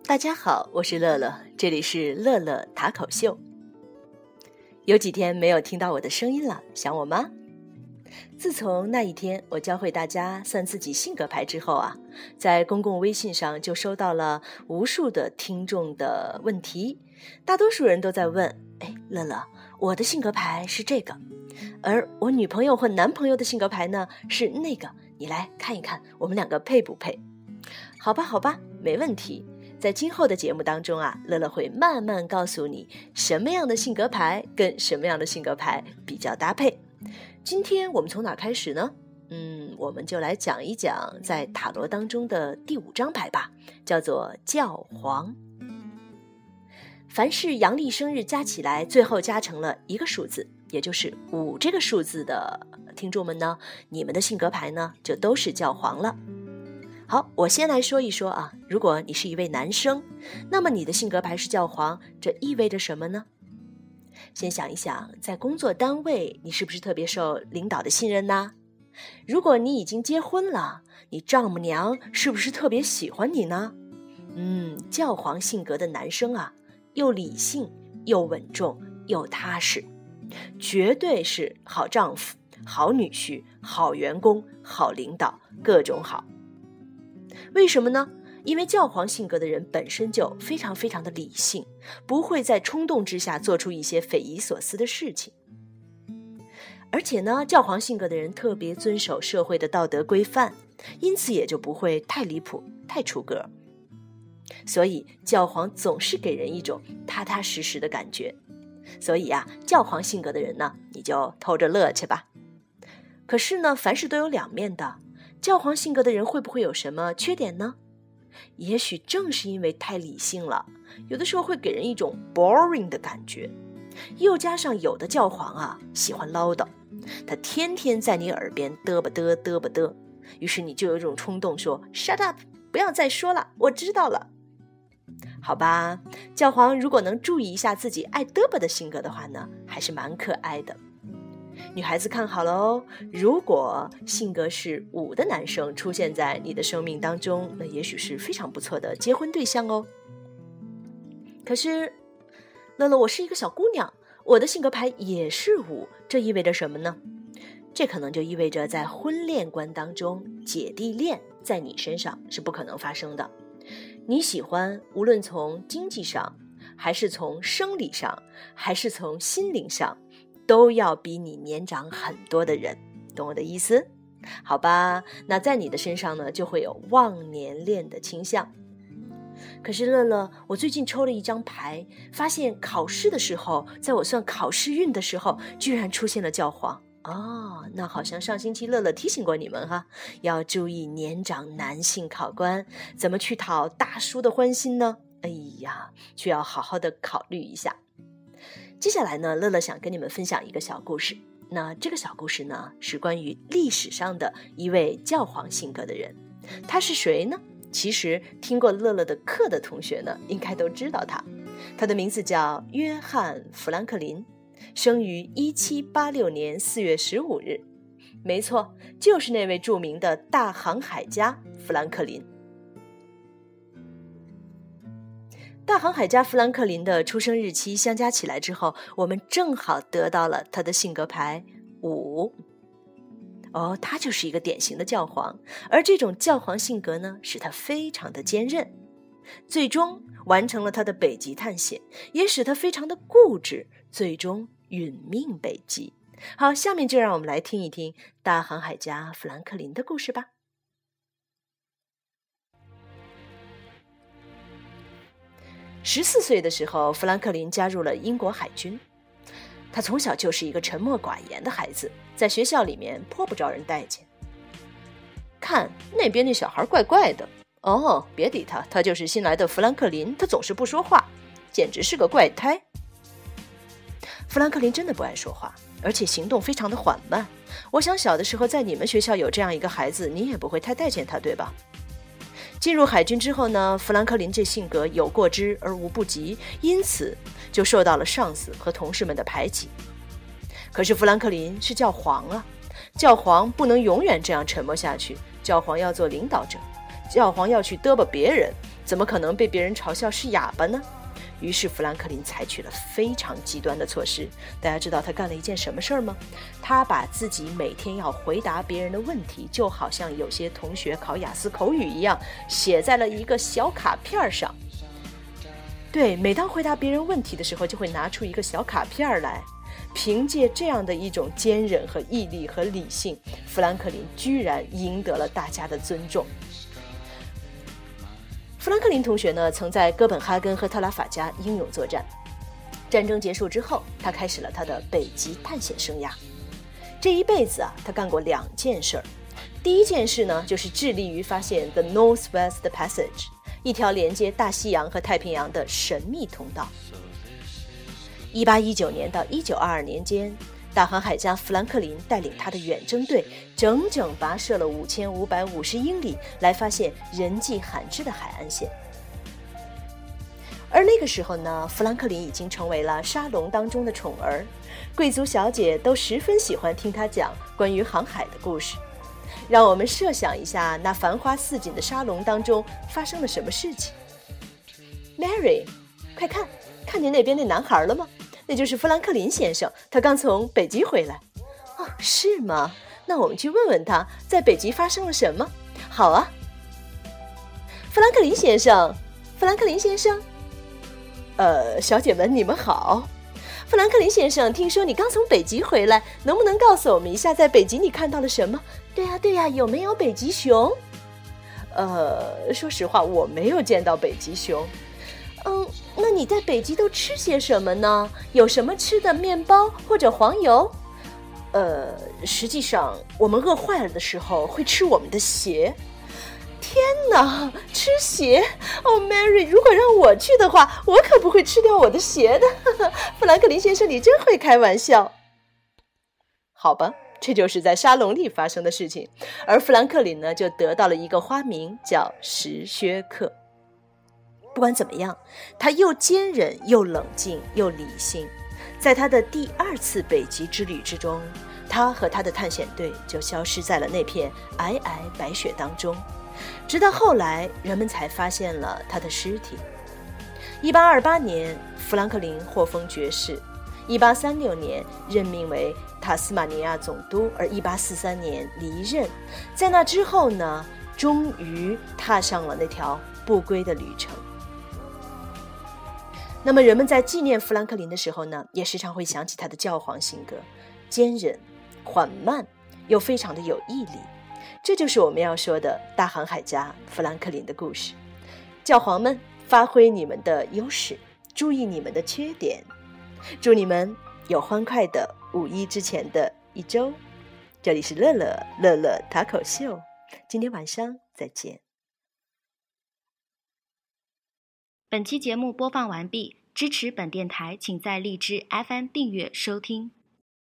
大家好，我是乐乐，这里是乐乐塔口秀。有几天没有听到我的声音了，想我吗？自从那一天我教会大家算自己性格牌之后啊，在公共微信上就收到了无数的听众的问题，大多数人都在问，乐乐，我的性格牌是这个，而我女朋友或男朋友的性格牌呢是那个，你来看一看我们两个配不配？好吧，没问题。在今后的节目当中啊，乐乐会慢慢告诉你什么样的性格牌跟什么样的性格牌比较搭配。今天我们从哪开始呢？我们就来讲一讲在塔罗当中的第5张牌吧，叫做教皇。凡是阳历生日加起来最后加成了一个数字，也就是5这个数字的听众们呢，你们的性格牌呢就都是教皇了。好，我先来说一说啊，如果你是一位男生，那么你的性格牌是教皇，这意味着什么呢？先想一想，在工作单位，你是不是特别受领导的信任呢？如果你已经结婚了，你丈母娘是不是特别喜欢你呢？教皇性格的男生啊，又理性又稳重又踏实，绝对是好丈夫、好女婿、好员工、好领导，各种好。为什么呢？因为教皇性格的人本身就非常的理性，不会在冲动之下做出一些匪夷所思的事情。而且呢，教皇性格的人特别遵守社会的道德规范，因此也就不会太离谱、太出格。所以教皇总是给人一种踏踏实实的感觉。所以啊，教皇性格的人呢，你就偷着乐去吧。可是呢，凡事都有两面的，教皇性格的人会不会有什么缺点呢？也许正是因为太理性了，有的时候会给人一种 boring 的感觉。又加上有的教皇啊喜欢唠叨，他天天在你耳边嘚吧嘚，于是你就有一种冲动说 shut up， 不要再说了，我知道了。好吧，教皇如果能注意一下自己爱嘚吧的性格的话呢，还是蛮可爱的。女孩子看好了哦，如果性格是5的男生出现在你的生命当中，那也许是非常不错的结婚对象哦。可是乐乐，我是一个小姑娘，我的性格牌也是5，这意味着什么呢？这可能就意味着在婚恋观当中，姐弟恋在你身上是不可能发生的。你喜欢无论从经济上，还是从生理上，还是从心灵上，都要比你年长很多的人，懂我的意思？好吧，那在你的身上呢，就会有忘年恋的倾向。可是乐乐，我最近抽了一张牌，发现考试的时候，在我算考试运的时候，居然出现了教皇。那好像上星期乐乐提醒过你们哈，要注意年长男性考官怎么去讨大叔的欢心呢？需要好好的考虑一下。接下来呢，乐乐想跟你们分享一个小故事。那这个小故事呢，是关于历史上的一位教皇性格的人。他是谁呢？其实听过乐乐的课的同学呢，应该都知道他。他的名字叫约翰·富兰克林，生于1786年4月15日。没错，就是那位著名的大航海家富兰克林。大航海家富兰克林的出生日期相加起来之后，我们正好得到了他的性格牌5。他就是一个典型的教皇，而这种教皇性格呢，使他非常的坚韧，最终完成了他的北极探险，也使他非常的固执，最终殒命北极。好，下面就让我们来听一听大航海家富兰克林的故事吧。14岁的时候，富兰克林加入了英国海军。他从小就是一个沉默寡言的孩子，在学校里面颇不招人待见。看那边那小孩怪怪的，别理他，他就是新来的富兰克林，他总是不说话，简直是个怪胎。富兰克林真的不爱说话，而且行动非常的缓慢。我想小的时候在你们学校有这样一个孩子，你也不会太待见他，对吧？进入海军之后呢，富兰克林这性格有过之而无不及，因此就受到了上司和同事们的排挤。可是富兰克林是教皇啊，教皇不能永远这样沉默下去，教皇要做领导者，教皇要去嘚吧别人， 怎么可能被别人嘲笑是哑巴呢？于是富兰克林采取了非常极端的措施。大家知道他干了一件什么事儿吗？他把自己每天要回答别人的问题，就好像有些同学考雅思口语一样，写在了一个小卡片上。对，每当回答别人问题的时候，就会拿出一个小卡片来。凭借这样的一种坚韧和毅力和理性，富兰克林居然赢得了大家的尊重。富兰克林同学呢，曾在哥本哈根和特拉法加英勇作战。战争结束之后，他开始了他的北极探险生涯。这一辈子他干过2件事儿。第一件事呢，就是致力于发现 The Northwest Passage， 一条连接大西洋和太平洋的神秘通道。1819年到1922年间，大航海家富兰克林带领他的远征队整整跋涉了5550英里，来发现人迹罕至的海岸线。而那个时候呢，富兰克林已经成为了沙龙当中的宠儿，贵族小姐都十分喜欢听他讲关于航海的故事。让我们设想一下，那繁花似锦的沙龙当中发生了什么事情。 Mary， 快看，看见那边那男孩了吗？那就是富兰克林先生，他刚从北极回来。哦，是吗？那我们去问问他，在北极发生了什么。好啊。富兰克林先生，富兰克林先生。小姐们，你们好。富兰克林先生，听说你刚从北极回来，能不能告诉我们一下，在北极你看到了什么？对呀，有没有北极熊？说实话，我没有见到北极熊。那你在北极都吃些什么呢？有什么吃的？面包或者黄油？实际上我们饿坏了的时候会吃我们的鞋。天哪，吃鞋！哦 Mary， 如果让我去的话，我可不会吃掉我的鞋的。富兰克林先生，你真会开玩笑。好吧，这就是在沙龙里发生的事情，而富兰克林呢，就得到了一个花名，叫石薛克。不管怎么样，他又坚韧又冷静又理性。在他的第2次北极之旅之中，他和他的探险队就消失在了那片皑皑白雪当中，直到后来人们才发现了他的尸体。1828年，富兰克林获封爵士，1836年任命为塔斯马尼亚总督，而1843年离任。在那之后呢，终于踏上了那条不归的旅程。那么人们在纪念富兰克林的时候呢，也时常会想起他的教皇性格，坚韧、缓慢，又非常的有毅力。这就是我们要说的大航海家富兰克林的故事。教皇们，发挥你们的优势，注意你们的缺点。祝你们有欢快的5·1之前的一周。这里是乐乐塔口秀，今天晚上再见。 本期节目播放完毕，支持本电台请在荔枝 FM 订阅收听。